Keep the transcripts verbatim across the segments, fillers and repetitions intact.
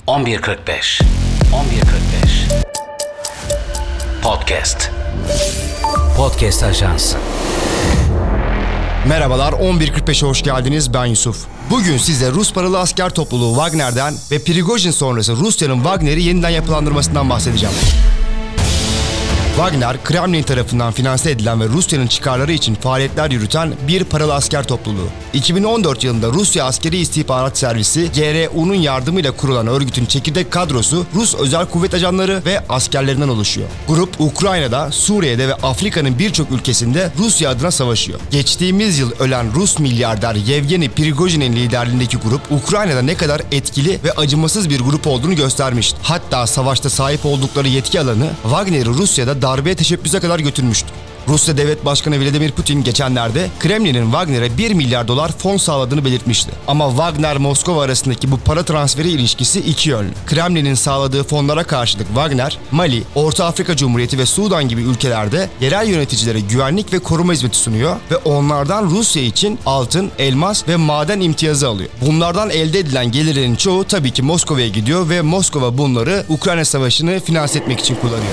on bir kırk beş on bir kırk beş Podcast Podcast Ajans. Merhabalar, on bir kırk beşe hoş geldiniz. Ben Yusuf. Bugün size Rus paralı asker topluluğu Wagner'den ve Prigojin sonrası Rusya'nın Wagner'i yeniden yapılandırmasından bahsedeceğim. Wagner, Kremlin tarafından finanse edilen ve Rusya'nın çıkarları için faaliyetler yürüten bir paralı asker topluluğu. iki bin on dört yılında Rusya Askeri İstihbarat Servisi, G R U'nun yardımıyla kurulan örgütün çekirdek kadrosu Rus özel kuvvet ajanları ve askerlerinden oluşuyor. Grup, Ukrayna'da, Suriye'de ve Afrika'nın birçok ülkesinde Rusya adına savaşıyor. Geçtiğimiz yıl ölen Rus milyarder Yevgeni Prigojin'in liderliğindeki grup, Ukrayna'da ne kadar etkili ve acımasız bir grup olduğunu göstermişti. Hatta savaşta sahip oldukları yetki alanı Wagner'i Rusya'da darbeye teşebbüse kadar götürmüştü. Rusya Devlet Başkanı Vladimir Putin geçenlerde Kremlin'in Wagner'e bir milyar dolar fon sağladığını belirtmişti. Ama Wagner-Moskova arasındaki bu para transferi ilişkisi iki yönlü. Kremlin'in sağladığı fonlara karşılık Wagner, Mali, Orta Afrika Cumhuriyeti ve Sudan gibi ülkelerde yerel yöneticilere güvenlik ve koruma hizmeti sunuyor ve onlardan Rusya için altın, elmas ve maden imtiyazı alıyor. Bunlardan elde edilen gelirlerin çoğu tabii ki Moskova'ya gidiyor ve Moskova bunları Ukrayna Savaşı'nı finanse etmek için kullanıyor.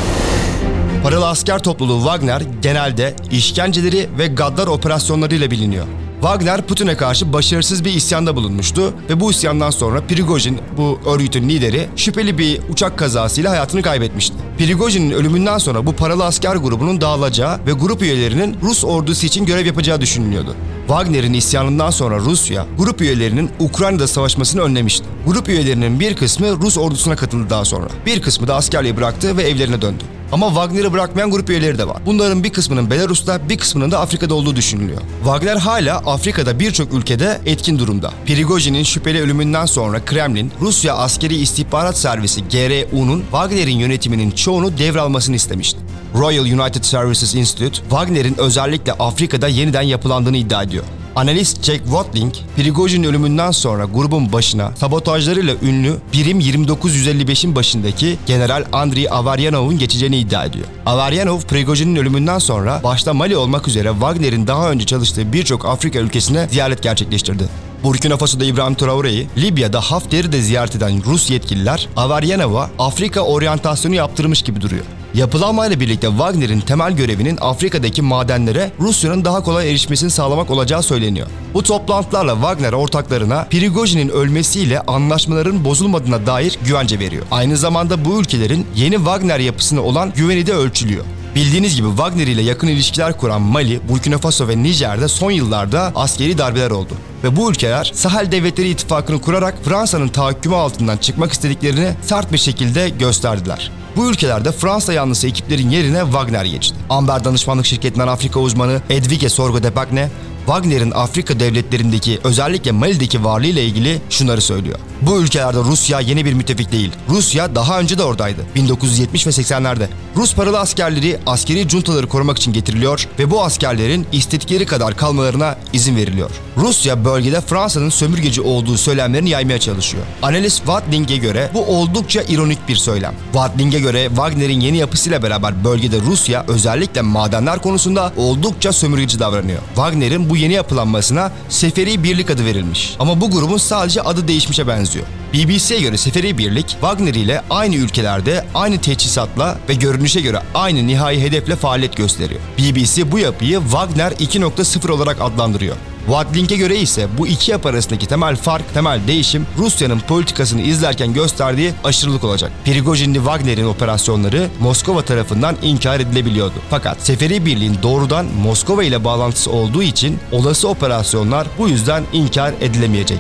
Paralı asker topluluğu Wagner genelde işkenceleri ve gaddar operasyonlarıyla biliniyor. Wagner, Putin'e karşı başarısız bir isyanda bulunmuştu ve bu isyandan sonra Prigojin, bu örgütün lideri, şüpheli bir uçak kazasıyla hayatını kaybetmişti. Prigojin'in ölümünden sonra bu paralı asker grubunun dağılacağı ve grup üyelerinin Rus ordusu için görev yapacağı düşünülüyordu. Wagner'in isyanından sonra Rusya, grup üyelerinin Ukrayna'da savaşmasını önlemişti. Grup üyelerinin bir kısmı Rus ordusuna katıldı daha sonra. Bir kısmı da askerliği bıraktı ve evlerine döndü. Ama Wagner'ı bırakmayan grup üyeleri de var. Bunların bir kısmının Belarus'ta, bir kısmının da Afrika'da olduğu düşünülüyor. Wagner hala Afrika'da birçok ülkede etkin durumda. Prigojin'in şüpheli ölümünden sonra Kremlin, Rusya Askeri İstihbarat Servisi G R U'nun Wagner'in yönetiminin çoğunu devralmasını istemişti. Royal United Services Institute, Wagner'in özellikle Afrika'da yeniden yapılandığını iddia ediyor. Analist Jack Watling, Prigojin'in ölümünden sonra grubun başına sabotajlarıyla ünlü Birim yirmi dokuz yüz elli beşin başındaki General Andriy Avaryanov'un geçeceğini iddia ediyor. Avaryanov, Prigojin'in ölümünden sonra başta Mali olmak üzere Wagner'in daha önce çalıştığı birçok Afrika ülkesine ziyaret gerçekleştirdi. Burkina Faso'da İbrahim Traore'yi, Libya'da Hafter'i de ziyaret eden Rus yetkililer Avaryanov'a Afrika oryantasyonu yaptırmış gibi duruyor. Yapılanmayla birlikte Wagner'in temel görevinin Afrika'daki madenlere Rusya'nın daha kolay erişmesini sağlamak olacağı söyleniyor. Bu toplantılarla Wagner ortaklarına Prigojin'in ölmesiyle anlaşmaların bozulmadığına dair güvence veriyor. Aynı zamanda bu ülkelerin yeni Wagner yapısına olan güveni de ölçülüyor. Bildiğiniz gibi Wagner ile yakın ilişkiler kuran Mali, Burkina Faso ve Nijer'de son yıllarda askeri darbeler oldu. Ve bu ülkeler Sahel Devletleri İttifakı'nı kurarak Fransa'nın tahakkümü altından çıkmak istediklerini sert bir şekilde gösterdiler. Bu ülkelerde Fransa yanlısı ekiplerin yerine Wagner geçti. Amber danışmanlık şirketinden Afrika uzmanı Edwige Sorgo-Depagne, Wagner'in Afrika devletlerindeki, özellikle Mali'deki varlığıyla ilgili şunları söylüyor. Bu ülkelerde Rusya yeni bir müttefik değil. Rusya daha önce de oradaydı. bin dokuz yüz yetmiş ve seksenlerde. Rus paralı askerleri askeri juntaları korumak için getiriliyor ve bu askerlerin istedikleri kadar kalmalarına izin veriliyor. Rusya bölgede Fransa'nın sömürgeci olduğu söylemlerini yaymaya çalışıyor. Analist Watling'e göre bu oldukça ironik bir söylem. Watling'e göre Wagner'in yeni yapısıyla beraber bölgede Rusya özellikle madenler konusunda oldukça sömürgeci davranıyor. Wagner'in bu yeni yapılanmasına Seferi Birlik adı verilmiş. Ama bu grubun sadece adı değişmişe benziyor. B B C'ye göre Seferi Birlik, Wagner ile aynı ülkelerde, aynı teçhizatla ve görünüşe göre aynı nihai hedefle faaliyet gösteriyor. B B C bu yapıyı Wagner iki nokta sıfır olarak adlandırıyor. Watling'e göre ise bu iki yapı arasındaki temel fark, temel değişim Rusya'nın politikasını izlerken gösterdiği aşırılık olacak. Prigojin'li Wagner'in operasyonları Moskova tarafından inkar edilebiliyordu. Fakat Seferi Birliğin doğrudan Moskova ile bağlantısı olduğu için olası operasyonlar bu yüzden inkar edilemeyecek.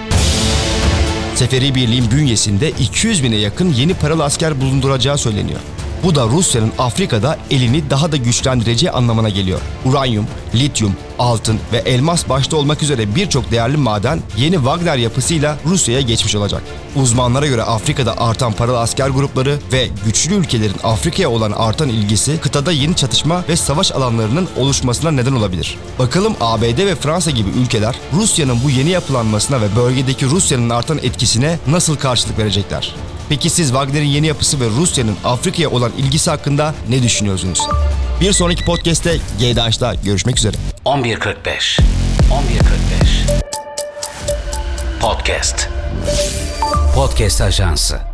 Seferi Birliğin bünyesinde iki yüz bine yakın yeni paralı asker bulunduracağı söyleniyor. Bu da Rusya'nın Afrika'da elini daha da güçlendireceği anlamına geliyor. Uranyum, lityum, altın ve elmas başta olmak üzere birçok değerli maden yeni Wagner yapısıyla Rusya'ya geçmiş olacak. Uzmanlara göre Afrika'da artan paralı asker grupları ve güçlü ülkelerin Afrika'ya olan artan ilgisi kıtada yeni çatışma ve savaş alanlarının oluşmasına neden olabilir. Bakalım A B D ve Fransa gibi ülkeler Rusya'nın bu yeni yapılanmasına ve bölgedeki Rusya'nın artan etkisine nasıl karşılık verecekler? Peki siz Wagner'in yeni yapısı ve Rusya'nın Afrika'ya olan ilgisi hakkında ne düşünüyorsunuz? Bir sonraki podcast'te G D H'da görüşmek üzere. on bir kırk beş on bir kırk beş Podcast Podcast Ajansı.